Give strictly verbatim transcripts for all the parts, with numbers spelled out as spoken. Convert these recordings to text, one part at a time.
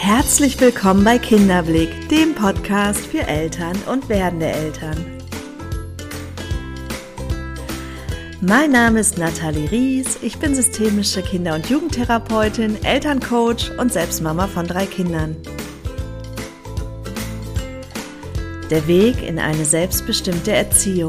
Herzlich willkommen bei Kinderblick, dem Podcast für Eltern und werdende Eltern. Mein Name ist Nathalie Ries, ich bin systemische Kinder- und Jugendtherapeutin, Elterncoach und selbst Mama von drei Kindern. Der Weg in eine selbstbestimmte Erziehung.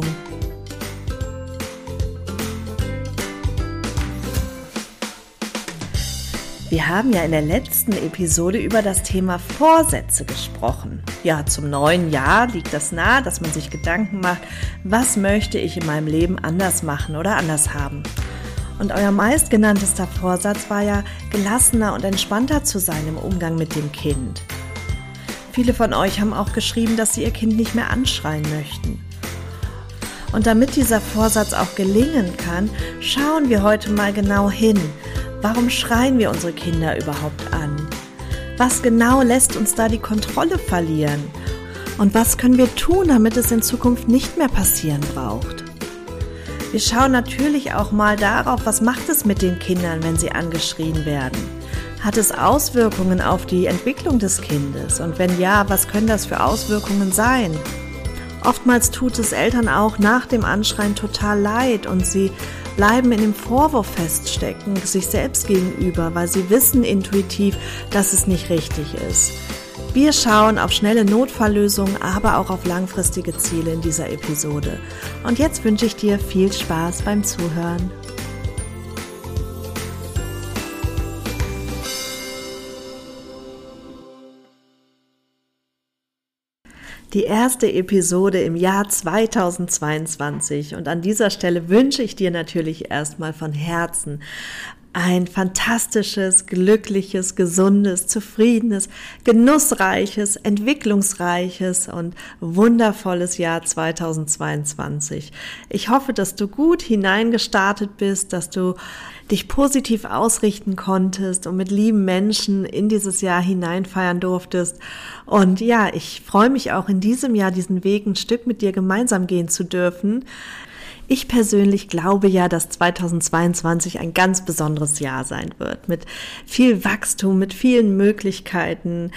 Wir haben ja in der letzten Episode über das Thema Vorsätze gesprochen. Ja, zum neuen Jahr liegt das nahe, dass man sich Gedanken macht, was möchte ich in meinem Leben anders machen oder anders haben. Und euer meistgenanntester Vorsatz war ja, gelassener und entspannter zu sein im Umgang mit dem Kind. Viele von euch haben auch geschrieben, dass sie ihr Kind nicht mehr anschreien möchten. Und damit dieser Vorsatz auch gelingen kann, schauen wir heute mal genau hin. Warum schreien wir unsere Kinder überhaupt an? Was genau lässt uns da die Kontrolle verlieren? Und was können wir tun, damit es in Zukunft nicht mehr passieren braucht? Wir schauen natürlich auch mal darauf, was macht es mit den Kindern, wenn sie angeschrien werden? Hat es Auswirkungen auf die Entwicklung des Kindes? Und wenn ja, was können das für Auswirkungen sein? Oftmals tut es Eltern auch nach dem Anschreien total leid und sie bleiben in dem Vorwurf feststecken, sich selbst gegenüber, weil sie wissen intuitiv, dass es nicht richtig ist. Wir schauen auf schnelle Notfalllösungen, aber auch auf langfristige Ziele in dieser Episode. Und jetzt wünsche ich dir viel Spaß beim Zuhören. Die erste Episode im Jahr zweitausendzweiundzwanzig und an dieser Stelle wünsche ich dir natürlich erstmal von Herzen ein fantastisches, glückliches, gesundes, zufriedenes, genussreiches, entwicklungsreiches und wundervolles Jahr zweitausendzweiundzwanzig. Ich hoffe, dass du gut hineingestartet bist, dass du dich positiv ausrichten konntest und mit lieben Menschen in dieses Jahr hineinfeiern durftest. Und ja, ich freue mich auch in diesem Jahr, diesen Weg ein Stück mit dir gemeinsam gehen zu dürfen. Ich persönlich glaube ja, dass zweitausendzweiundzwanzig ein ganz besonderes Jahr sein wird, mit viel Wachstum, mit vielen Möglichkeiten.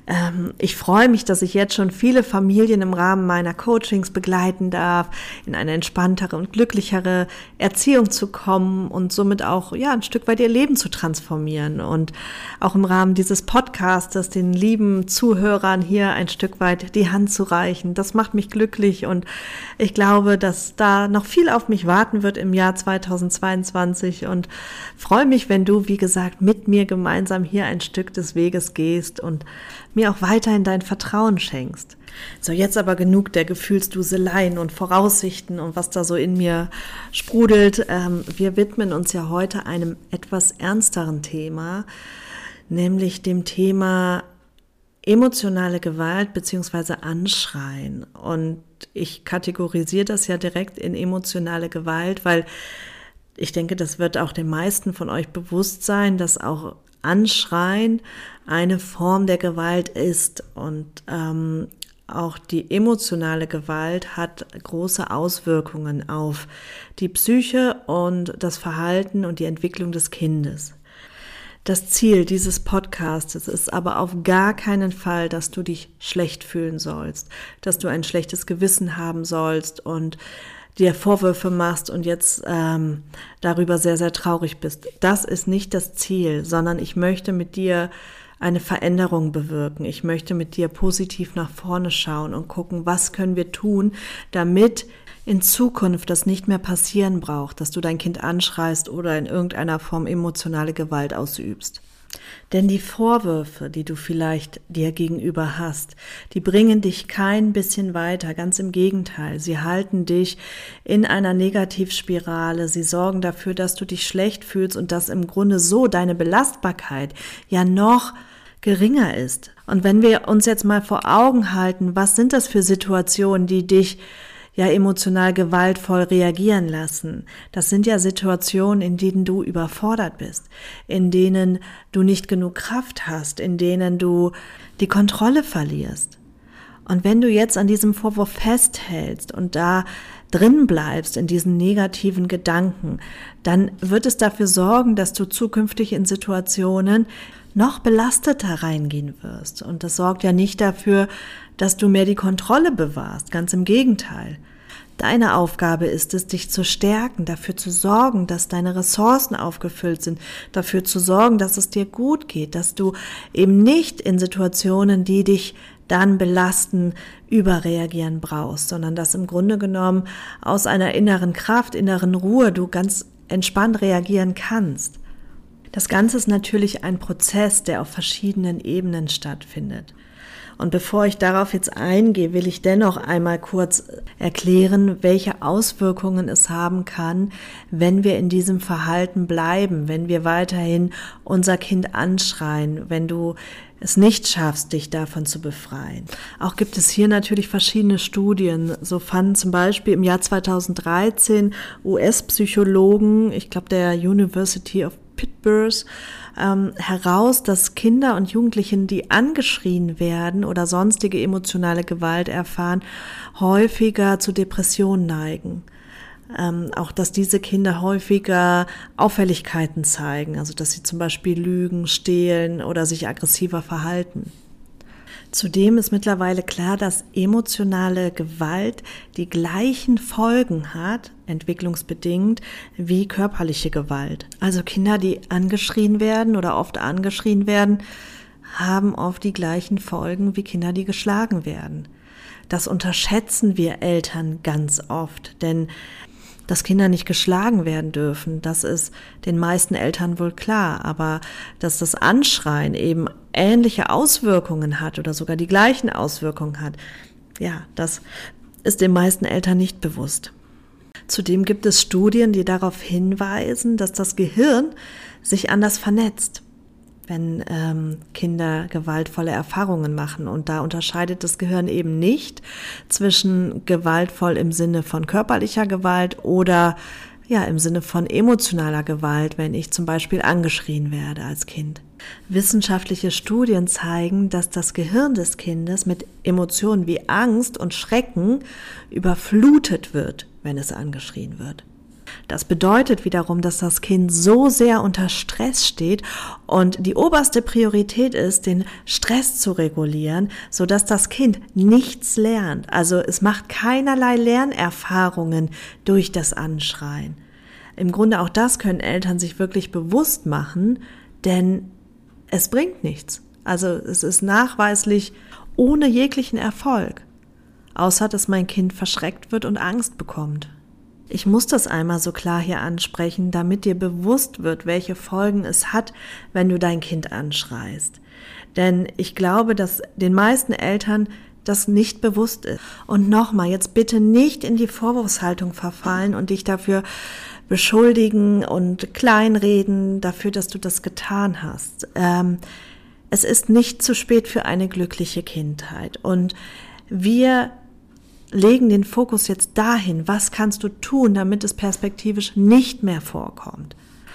Ich freue mich, dass ich jetzt schon viele Familien im Rahmen meiner Coachings begleiten darf, in eine entspanntere und glücklichere Erziehung zu kommen und somit auch ja ein Stück weit ihr Leben zu transformieren und auch im Rahmen dieses Podcastes den lieben Zuhörern hier ein Stück weit die Hand zu reichen. Das macht mich glücklich und ich glaube, dass da noch viel auf mich warten wird im Jahr zweitausendzweiundzwanzig und freue mich, wenn du, wie gesagt, mit mir gemeinsam hier ein Stück des Weges gehst und mir auch weiterhin dein Vertrauen schenkst. So, jetzt aber genug der Gefühlsduseleien und Voraussichten und was da so in mir sprudelt. Ähm, wir widmen uns ja heute einem etwas ernsteren Thema, nämlich dem Thema emotionale Gewalt bzw. Anschreien. Und ich kategorisiere das ja direkt in emotionale Gewalt, weil ich denke, das wird auch den meisten von euch bewusst sein, dass auch Anschreien eine Form der Gewalt ist und ähm, auch die emotionale Gewalt hat große Auswirkungen auf die Psyche und das Verhalten und die Entwicklung des Kindes. Das Ziel dieses Podcasts ist aber auf gar keinen Fall, dass du dich schlecht fühlen sollst, dass du ein schlechtes Gewissen haben sollst und dir Vorwürfe machst und jetzt ähm, darüber sehr, sehr traurig bist. Das ist nicht das Ziel, sondern ich möchte mit dir eine Veränderung bewirken. Ich möchte mit dir positiv nach vorne schauen und gucken, was können wir tun, damit in Zukunft das nicht mehr passieren braucht, dass du dein Kind anschreist oder in irgendeiner Form emotionale Gewalt ausübst. Denn die Vorwürfe, die du vielleicht dir gegenüber hast, die bringen dich kein bisschen weiter, ganz im Gegenteil. Sie halten dich in einer Negativspirale, sie sorgen dafür, dass du dich schlecht fühlst und dass im Grunde so deine Belastbarkeit ja noch geringer ist. Und wenn wir uns jetzt mal vor Augen halten, was sind das für Situationen, die dich ja emotional gewaltvoll reagieren lassen. Das sind ja Situationen, in denen du überfordert bist, in denen du nicht genug Kraft hast, in denen du die Kontrolle verlierst. Und wenn du jetzt an diesem Vorwurf festhältst und da drin bleibst in diesen negativen Gedanken, dann wird es dafür sorgen, dass du zukünftig in Situationen noch belasteter reingehen wirst. Und das sorgt ja nicht dafür, dass du mehr die Kontrolle bewahrst, ganz im Gegenteil. Deine Aufgabe ist es, dich zu stärken, dafür zu sorgen, dass deine Ressourcen aufgefüllt sind, dafür zu sorgen, dass es dir gut geht, dass du eben nicht in Situationen, die dich dann belasten, überreagieren brauchst, sondern dass im Grunde genommen aus einer inneren Kraft, inneren Ruhe du ganz entspannt reagieren kannst. Das Ganze ist natürlich ein Prozess, der auf verschiedenen Ebenen stattfindet. Und bevor ich darauf jetzt eingehe, will ich dennoch einmal kurz erklären, welche Auswirkungen es haben kann, wenn wir in diesem Verhalten bleiben, wenn wir weiterhin unser Kind anschreien, wenn du es nicht schaffst, dich davon zu befreien. Auch gibt es hier natürlich verschiedene Studien. So fanden zum Beispiel im Jahr zweitausenddreizehn U S-Psychologen, ich glaube der University of Pittsburgh, ähm, heraus, dass Kinder und Jugendlichen, die angeschrien werden oder sonstige emotionale Gewalt erfahren, häufiger zu Depressionen neigen. Ähm, auch, dass diese Kinder häufiger Auffälligkeiten zeigen, also dass sie zum Beispiel lügen, stehlen oder sich aggressiver verhalten. Zudem ist mittlerweile klar, dass emotionale Gewalt die gleichen Folgen hat, entwicklungsbedingt, wie körperliche Gewalt. Also Kinder, die angeschrien werden oder oft angeschrien werden, haben oft die gleichen Folgen wie Kinder, die geschlagen werden. Das unterschätzen wir Eltern ganz oft, denn dass Kinder nicht geschlagen werden dürfen, das ist den meisten Eltern wohl klar, aber dass das Anschreien eben ähnliche Auswirkungen hat oder sogar die gleichen Auswirkungen hat, ja, das ist den meisten Eltern nicht bewusst. Zudem gibt es Studien, die darauf hinweisen, dass das Gehirn sich anders vernetzt, wenn ähm, Kinder gewaltvolle Erfahrungen machen. Und da unterscheidet das Gehirn eben nicht zwischen gewaltvoll im Sinne von körperlicher Gewalt oder ja im Sinne von emotionaler Gewalt, wenn ich zum Beispiel angeschrien werde als Kind. Wissenschaftliche Studien zeigen, dass das Gehirn des Kindes mit Emotionen wie Angst und Schrecken überflutet wird, wenn es angeschrien wird. Das bedeutet wiederum, dass das Kind so sehr unter Stress steht und die oberste Priorität ist, den Stress zu regulieren, sodass das Kind nichts lernt. Also es macht keinerlei Lernerfahrungen durch das Anschreien. Im Grunde auch das können Eltern sich wirklich bewusst machen, denn es bringt nichts. Also es ist nachweislich ohne jeglichen Erfolg, außer dass mein Kind verschreckt wird und Angst bekommt. Ich muss das einmal so klar hier ansprechen, damit dir bewusst wird, welche Folgen es hat, wenn du dein Kind anschreist. Denn ich glaube, dass den meisten Eltern das nicht bewusst ist. Und nochmal, jetzt bitte nicht in die Vorwurfshaltung verfallen und dich dafür beschuldigen und kleinreden, dafür, dass du das getan hast. Ähm, es ist nicht zu spät für eine glückliche Kindheit. Und wir legen den Fokus jetzt dahin, was kannst du tun, damit es perspektivisch nicht mehr vorkommt.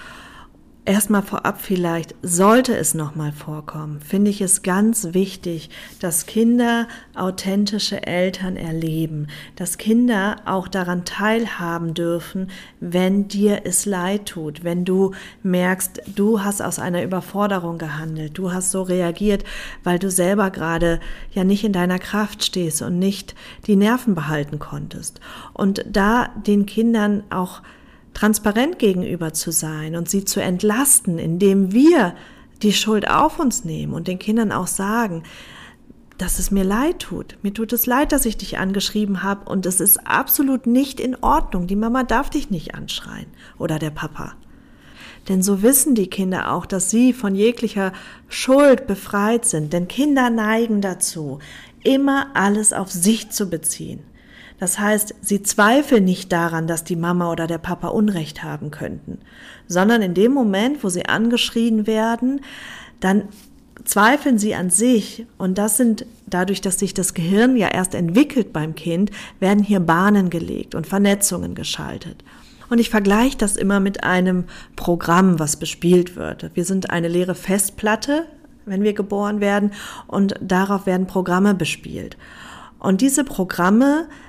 Erstmal vorab vielleicht, sollte es nochmal vorkommen, finde ich es ganz wichtig, dass Kinder authentische Eltern erleben, dass Kinder auch daran teilhaben dürfen, wenn dir es leid tut, wenn du merkst, du hast aus einer Überforderung gehandelt, du hast so reagiert, weil du selber gerade ja nicht in deiner Kraft stehst und nicht die Nerven behalten konntest. Und da den Kindern auch transparent gegenüber zu sein und sie zu entlasten, indem wir die Schuld auf uns nehmen und den Kindern auch sagen, dass es mir leid tut. Mir tut es leid, dass ich dich angeschrieben habe und es ist absolut nicht in Ordnung. Die Mama darf dich nicht anschreien oder der Papa. Denn so wissen die Kinder auch, dass sie von jeglicher Schuld befreit sind. Denn Kinder neigen dazu, immer alles auf sich zu beziehen. Das heißt, sie zweifeln nicht daran, dass die Mama oder der Papa Unrecht haben könnten, sondern in dem Moment, wo sie angeschrien werden, dann zweifeln sie an sich. Und das sind, dadurch, dass sich das Gehirn ja erst entwickelt beim Kind, werden hier Bahnen gelegt und Vernetzungen geschaltet. Und ich vergleiche das immer mit einem Programm, was bespielt wird. Wir sind eine leere Festplatte, wenn wir geboren werden, und darauf werden Programme bespielt. Und diese Programme,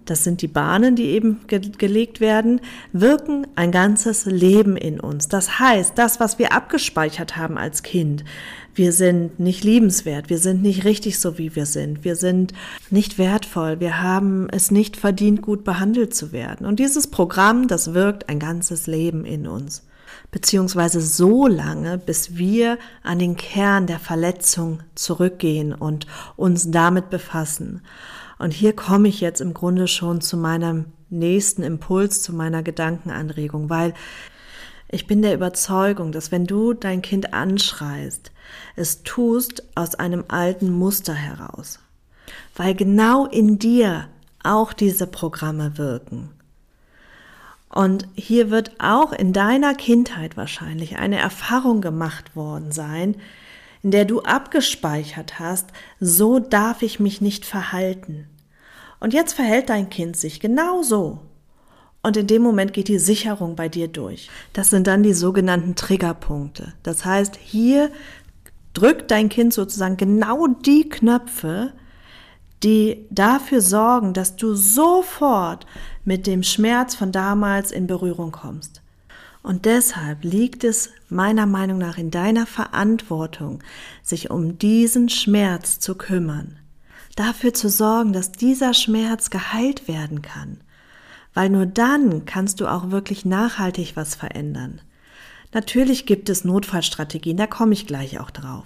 das sind die Bahnen, die eben ge- gelegt werden, wirken ein ganzes Leben in uns. Das heißt, das, was wir abgespeichert haben als Kind, wir sind nicht liebenswert, wir sind nicht richtig so, wie wir sind, wir sind nicht wertvoll, wir haben es nicht verdient, gut behandelt zu werden. Und dieses Programm, das wirkt ein ganzes Leben in uns. Beziehungsweise so lange, bis wir an den Kern der Verletzung zurückgehen und uns damit befassen. Und hier komme ich jetzt im Grunde schon zu meinem nächsten Impuls, zu meiner Gedankenanregung, weil ich bin der Überzeugung, dass wenn du dein Kind anschreist, es tust aus einem alten Muster heraus, weil genau in dir auch diese Programme wirken. Und hier wird auch in deiner Kindheit wahrscheinlich eine Erfahrung gemacht worden sein, in der du abgespeichert hast, so darf ich mich nicht verhalten. Und jetzt verhält dein Kind sich genau so. Und in dem Moment geht die Sicherung bei dir durch. Das sind dann die sogenannten Triggerpunkte. Das heißt, hier drückt dein Kind sozusagen genau die Knöpfe, die dafür sorgen, dass du sofort mit dem Schmerz von damals in Berührung kommst. Und deshalb liegt es meiner Meinung nach in deiner Verantwortung, sich um diesen Schmerz zu kümmern. Dafür zu sorgen, dass dieser Schmerz geheilt werden kann. Weil nur dann kannst du auch wirklich nachhaltig was verändern. Natürlich gibt es Notfallstrategien, da komme ich gleich auch drauf.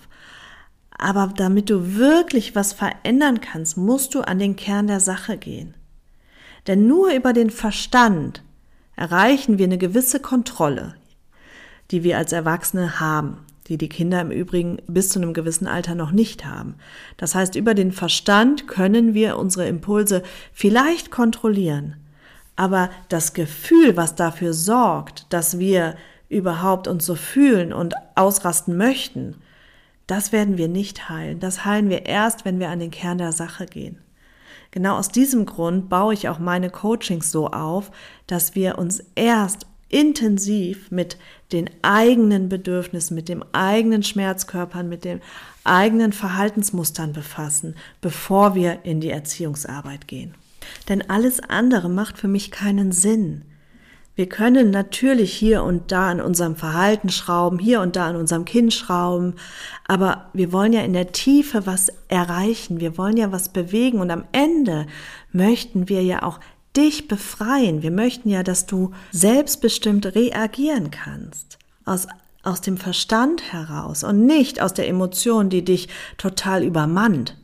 Aber damit du wirklich was verändern kannst, musst du an den Kern der Sache gehen. Denn nur über den Verstand erreichen wir eine gewisse Kontrolle, die wir als Erwachsene haben, die die Kinder im Übrigen bis zu einem gewissen Alter noch nicht haben. Das heißt, über den Verstand können wir unsere Impulse vielleicht kontrollieren, aber das Gefühl, was dafür sorgt, dass wir überhaupt uns so fühlen und ausrasten möchten, das werden wir nicht heilen. Das heilen wir erst, wenn wir an den Kern der Sache gehen. Genau aus diesem Grund baue ich auch meine Coachings so auf, dass wir uns erst intensiv mit den eigenen Bedürfnissen, mit dem eigenen Schmerzkörpern, mit den eigenen Verhaltensmustern befassen, bevor wir in die Erziehungsarbeit gehen. Denn alles andere macht für mich keinen Sinn. Wir können natürlich hier und da an unserem Verhalten schrauben, hier und da an unserem Kind schrauben, aber wir wollen ja in der Tiefe was erreichen, wir wollen ja was bewegen und am Ende möchten wir ja auch dich befreien. Wir möchten ja, dass du selbstbestimmt reagieren kannst, aus, aus dem Verstand heraus und nicht aus der Emotion, die dich total übermannt.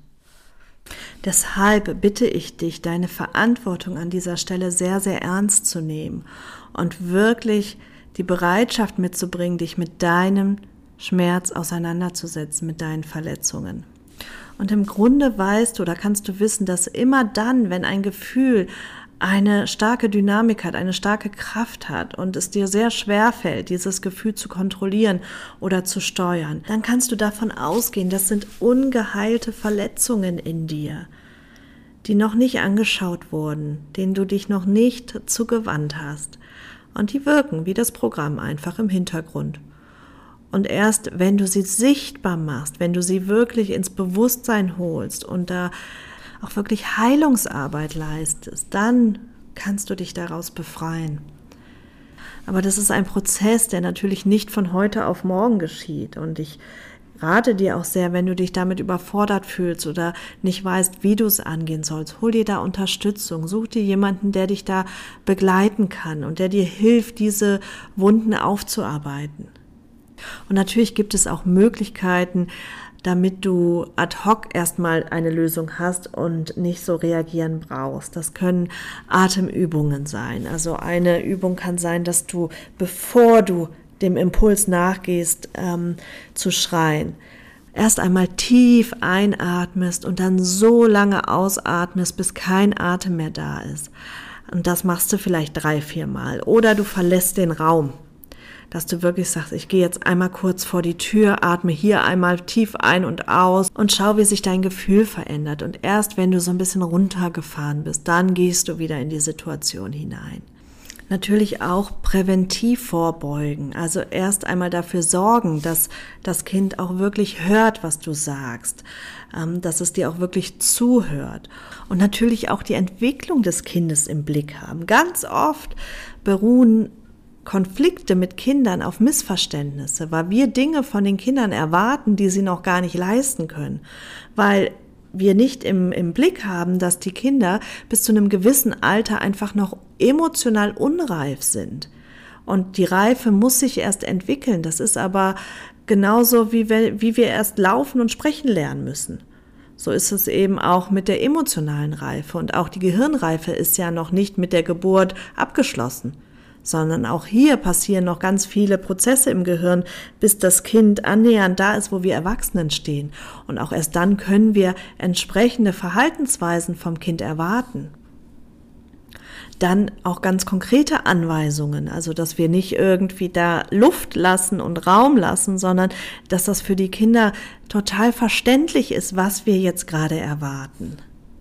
Deshalb bitte ich dich, deine Verantwortung an dieser Stelle sehr, sehr ernst zu nehmen und wirklich die Bereitschaft mitzubringen, dich mit deinem Schmerz auseinanderzusetzen, mit deinen Verletzungen. Und im Grunde weißt du oder kannst du wissen, dass immer dann, wenn ein Gefühl eine starke Dynamik hat, eine starke Kraft hat und es dir sehr schwer fällt, dieses Gefühl zu kontrollieren oder zu steuern, dann kannst du davon ausgehen, das sind ungeheilte Verletzungen in dir, die noch nicht angeschaut wurden, denen du dich noch nicht zugewandt hast. Und die wirken wie das Programm einfach im Hintergrund. Und erst wenn du sie sichtbar machst, wenn du sie wirklich ins Bewusstsein holst und da auch wirklich Heilungsarbeit leistest, dann kannst du dich daraus befreien. Aber das ist ein Prozess, der natürlich nicht von heute auf morgen geschieht. Und ich rate dir auch sehr, wenn du dich damit überfordert fühlst oder nicht weißt, wie du es angehen sollst, hol dir da Unterstützung, such dir jemanden, der dich da begleiten kann und der dir hilft, diese Wunden aufzuarbeiten. Und natürlich gibt es auch Möglichkeiten, damit du ad hoc erstmal eine Lösung hast und nicht so reagieren brauchst. Das können Atemübungen sein. Also eine Übung kann sein, dass du, bevor du dem Impuls nachgehst, ähm, zu schreien, erst einmal tief einatmest und dann so lange ausatmest, bis kein Atem mehr da ist. Und das machst du vielleicht drei, vier Mal. Oder du verlässt den Raum, dass du wirklich sagst, ich gehe jetzt einmal kurz vor die Tür, atme hier einmal tief ein und aus und schau, wie sich dein Gefühl verändert. Und erst wenn du so ein bisschen runtergefahren bist, dann gehst du wieder in die Situation hinein. Natürlich auch präventiv vorbeugen, also erst einmal dafür sorgen, dass das Kind auch wirklich hört, was du sagst, dass es dir auch wirklich zuhört und natürlich auch die Entwicklung des Kindes im Blick haben. Ganz oft beruhen Konflikte mit Kindern auf Missverständnisse, weil wir Dinge von den Kindern erwarten, die sie noch gar nicht leisten können, weil wir nicht im, im Blick haben, dass die Kinder bis zu einem gewissen Alter einfach noch emotional unreif sind. Und die Reife muss sich erst entwickeln. Das ist aber genauso, wie wir, wie wir erst laufen und sprechen lernen müssen. So ist es eben auch mit der emotionalen Reife. Und auch die Gehirnreife ist ja noch nicht mit der Geburt abgeschlossen, sondern auch hier passieren noch ganz viele Prozesse im Gehirn, bis das Kind annähernd da ist, wo wir Erwachsenen stehen. Und auch erst dann können wir entsprechende Verhaltensweisen vom Kind erwarten. Dann auch ganz konkrete Anweisungen, also dass wir nicht irgendwie da Luft lassen und Raum lassen, sondern dass das für die Kinder total verständlich ist, was wir jetzt gerade erwarten.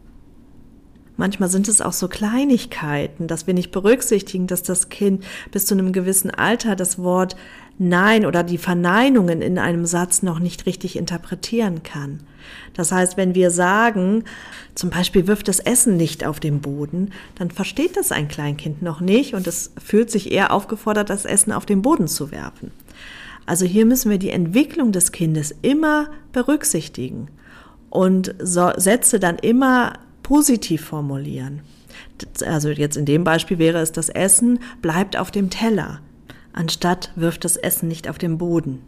Manchmal sind es auch so Kleinigkeiten, dass wir nicht berücksichtigen, dass das Kind bis zu einem gewissen Alter das Wort Nein oder die Verneinungen in einem Satz noch nicht richtig interpretieren kann. Das heißt, wenn wir sagen, zum Beispiel wirf das Essen nicht auf den Boden, dann versteht das ein Kleinkind noch nicht und es fühlt sich eher aufgefordert, das Essen auf den Boden zu werfen. Also hier müssen wir die Entwicklung des Kindes immer berücksichtigen und so, Sätze dann immer positiv formulieren. Also jetzt in dem Beispiel wäre es, das Essen bleibt auf dem Teller, anstatt wirft das Essen nicht auf den Boden.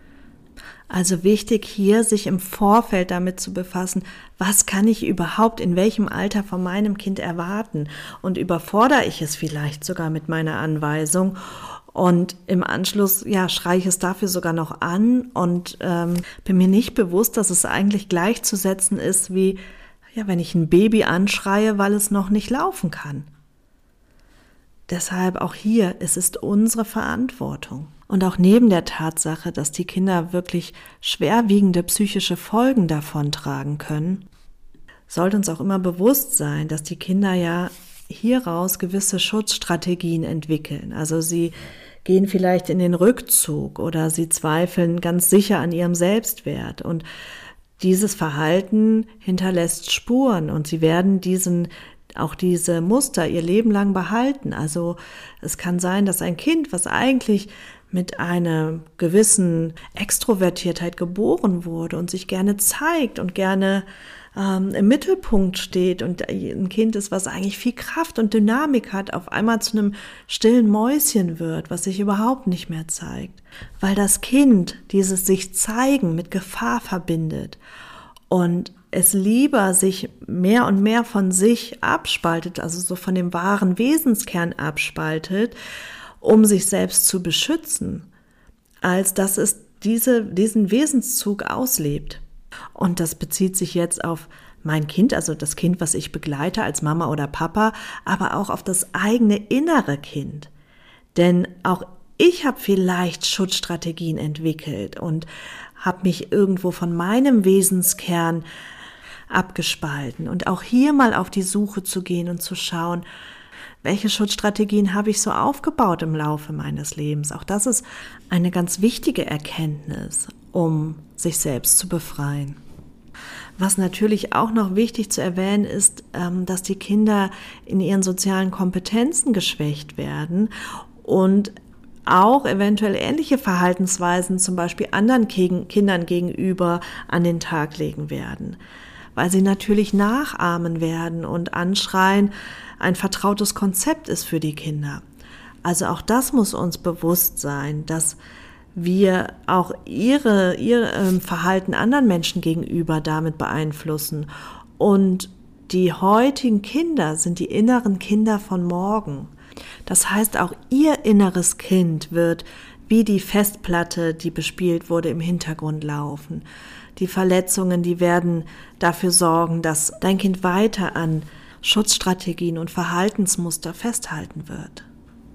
Also wichtig hier, sich im Vorfeld damit zu befassen, was kann ich überhaupt in welchem Alter von meinem Kind erwarten und überfordere ich es vielleicht sogar mit meiner Anweisung und im Anschluss ja, schreie ich es dafür sogar noch an und ähm, bin mir nicht bewusst, dass es eigentlich gleichzusetzen ist wie ja, wenn ich ein Baby anschreie, weil es noch nicht laufen kann. Deshalb auch hier, es ist unsere Verantwortung. Und auch neben der Tatsache, dass die Kinder wirklich schwerwiegende psychische Folgen davontragen können, sollte uns auch immer bewusst sein, dass die Kinder ja hieraus gewisse Schutzstrategien entwickeln. Also sie gehen vielleicht in den Rückzug oder sie zweifeln ganz sicher an ihrem Selbstwert und dieses Verhalten hinterlässt Spuren und sie werden diesen, auch diese Muster ihr Leben lang behalten. Also es kann sein, dass ein Kind, was eigentlich mit einer gewissen Extrovertiertheit geboren wurde und sich gerne zeigt und gerne ähm, im Mittelpunkt steht und ein Kind ist, was eigentlich viel Kraft und Dynamik hat, auf einmal zu einem stillen Mäuschen wird, was sich überhaupt nicht mehr zeigt. Weil das Kind dieses sich zeigen mit Gefahr verbindet und es lieber sich mehr und mehr von sich abspaltet, also so von dem wahren Wesenskern abspaltet, um sich selbst zu beschützen, als dass es diese, diesen Wesenszug auslebt. Und das bezieht sich jetzt auf mein Kind, also das Kind, was ich begleite als Mama oder Papa, aber auch auf das eigene innere Kind. Denn auch ich habe vielleicht Schutzstrategien entwickelt und habe mich irgendwo von meinem Wesenskern abgespalten. Und auch hier mal auf die Suche zu gehen und zu schauen, welche Schutzstrategien habe ich so aufgebaut im Laufe meines Lebens. Auch das ist eine ganz wichtige Erkenntnis, um sich selbst zu befreien. Was natürlich auch noch wichtig zu erwähnen ist, dass die Kinder in ihren sozialen Kompetenzen geschwächt werden und auch eventuell ähnliche Verhaltensweisen zum Beispiel anderen Kindern gegenüber an den Tag legen werden, weil sie natürlich nachahmen werden und anschreien ein vertrautes Konzept ist für die Kinder. Also auch das muss uns bewusst sein, dass wir auch ihre, ihr ähm, Verhalten anderen Menschen gegenüber damit beeinflussen. Und die heutigen Kinder sind die inneren Kinder von morgen. Das heißt, auch ihr inneres Kind wird wie die Festplatte, die bespielt wurde, im Hintergrund laufen. Die Verletzungen, die werden dafür sorgen, dass dein Kind weiter an Schutzstrategien und Verhaltensmuster festhalten wird.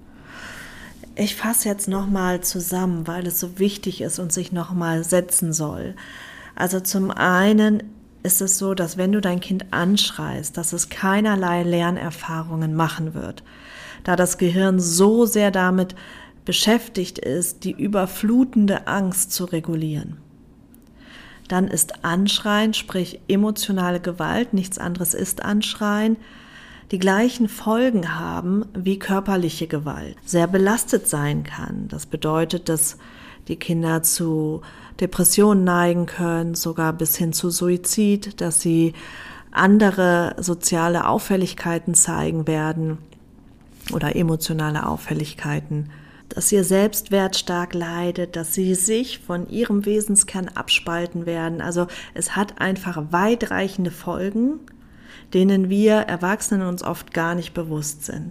Ich fasse jetzt nochmal zusammen, weil es so wichtig ist und sich nochmal setzen soll. Also zum einen ist es so, dass wenn du dein Kind anschreist, dass es keinerlei Lernerfahrungen machen wird. da das Gehirn so sehr damit beschäftigt ist, die überflutende Angst zu regulieren. Dann ist Anschreien, sprich emotionale Gewalt, nichts anderes ist Anschreien, die gleichen Folgen haben wie körperliche Gewalt, sehr belastet sein kann. Das bedeutet, dass die Kinder zu Depressionen neigen können, sogar bis hin zu Suizid, dass sie andere soziale Auffälligkeiten zeigen werden oder emotionale Auffälligkeiten, dass ihr Selbstwert stark leidet, dass sie sich von ihrem Wesenskern abspalten werden. Also es hat einfach weitreichende Folgen, denen wir Erwachsenen uns oft gar nicht bewusst sind.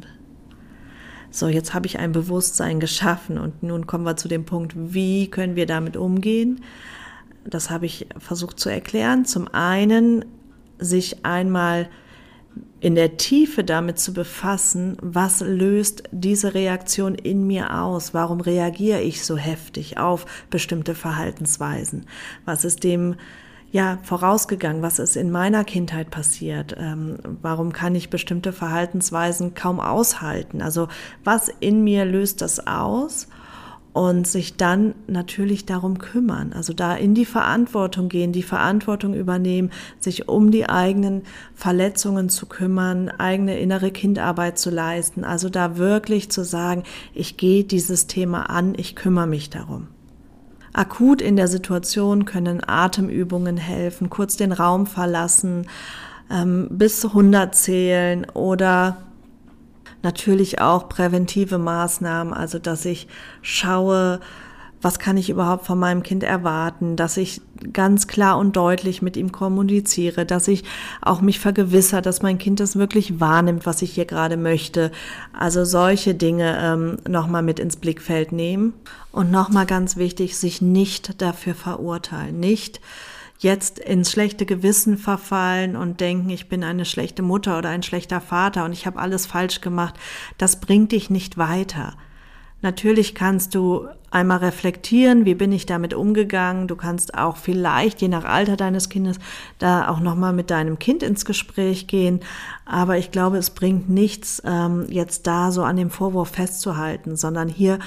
So, jetzt habe ich ein Bewusstsein geschaffen und nun kommen wir zu dem Punkt, wie können wir damit umgehen? Das habe ich versucht zu erklären. Zum einen, sich einmal in der Tiefe damit zu befassen, was löst diese Reaktion in mir aus? Warum reagiere ich so heftig auf bestimmte Verhaltensweisen? Was ist dem ja vorausgegangen? Was ist in meiner Kindheit passiert? Ähm, warum kann ich bestimmte Verhaltensweisen kaum aushalten? Also was in mir löst das aus? Und sich dann natürlich darum kümmern, also da in die Verantwortung gehen, die Verantwortung übernehmen, sich um die eigenen Verletzungen zu kümmern, eigene innere Kindarbeit zu leisten, also da wirklich zu sagen, ich gehe dieses Thema an, ich kümmere mich darum. Akut in der Situation können Atemübungen helfen, kurz den Raum verlassen, ähm, bis hundert zählen oder natürlich auch präventive Maßnahmen, also dass ich schaue, was kann ich überhaupt von meinem Kind erwarten, dass ich ganz klar und deutlich mit ihm kommuniziere, dass ich auch mich vergewissere, dass mein Kind das wirklich wahrnimmt, was ich hier gerade möchte. Also solche Dinge ähm, nochmal mit ins Blickfeld nehmen. Und nochmal ganz wichtig, sich nicht dafür verurteilen, nicht jetzt ins schlechte Gewissen verfallen und denken, ich bin eine schlechte Mutter oder ein schlechter Vater und ich habe alles falsch gemacht. Das bringt dich nicht weiter. Natürlich kannst du einmal reflektieren, wie bin ich damit umgegangen. Du kannst auch vielleicht, je nach Alter deines Kindes, da auch nochmal mit deinem Kind ins Gespräch gehen. Aber ich glaube, es bringt nichts, ähm, jetzt da so an dem Vorwurf festzuhalten, sondern hier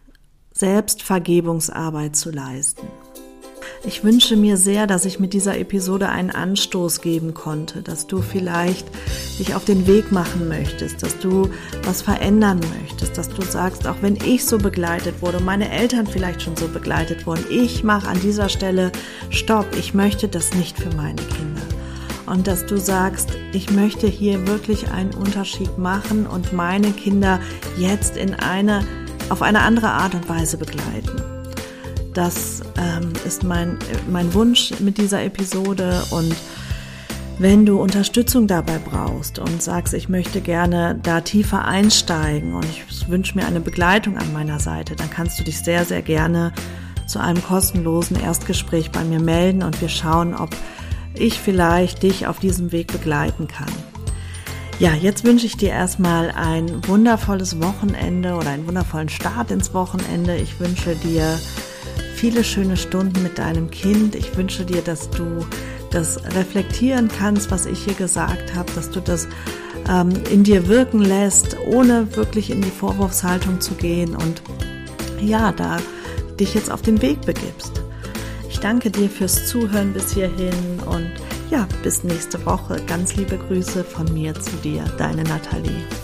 Selbstvergebungsarbeit zu leisten. Ich wünsche mir sehr, dass ich mit dieser Episode einen Anstoß geben konnte, dass du vielleicht dich auf den Weg machen möchtest, dass du was verändern möchtest, dass du sagst, auch wenn ich so begleitet wurde und meine Eltern vielleicht schon so begleitet wurden, ich mache an dieser Stelle Stopp, ich möchte das nicht für meine Kinder. Und dass du sagst, ich möchte hier wirklich einen Unterschied machen und meine Kinder jetzt in eine, auf eine andere Art und Weise begleiten. Das ähm, ist mein, mein Wunsch mit dieser Episode und wenn du Unterstützung dabei brauchst und sagst, ich möchte gerne da tiefer einsteigen und ich wünsche mir eine Begleitung an meiner Seite, dann kannst du dich sehr, sehr gerne zu einem kostenlosen Erstgespräch bei mir melden und wir schauen, ob ich vielleicht dich auf diesem Weg begleiten kann. Ja, jetzt wünsche ich dir erstmal ein wundervolles Wochenende oder einen wundervollen Start ins Wochenende. Ich wünsche dir viele schöne Stunden mit deinem Kind. Ich wünsche dir, dass du das reflektieren kannst, was ich hier gesagt habe, dass du das ähm, in dir wirken lässt, ohne wirklich in die Vorwurfshaltung zu gehen und ja, da dich jetzt auf den Weg begibst. Ich danke dir fürs Zuhören bis hierhin und ja, bis nächste Woche. Ganz liebe Grüße von mir zu dir, deine Nathalie.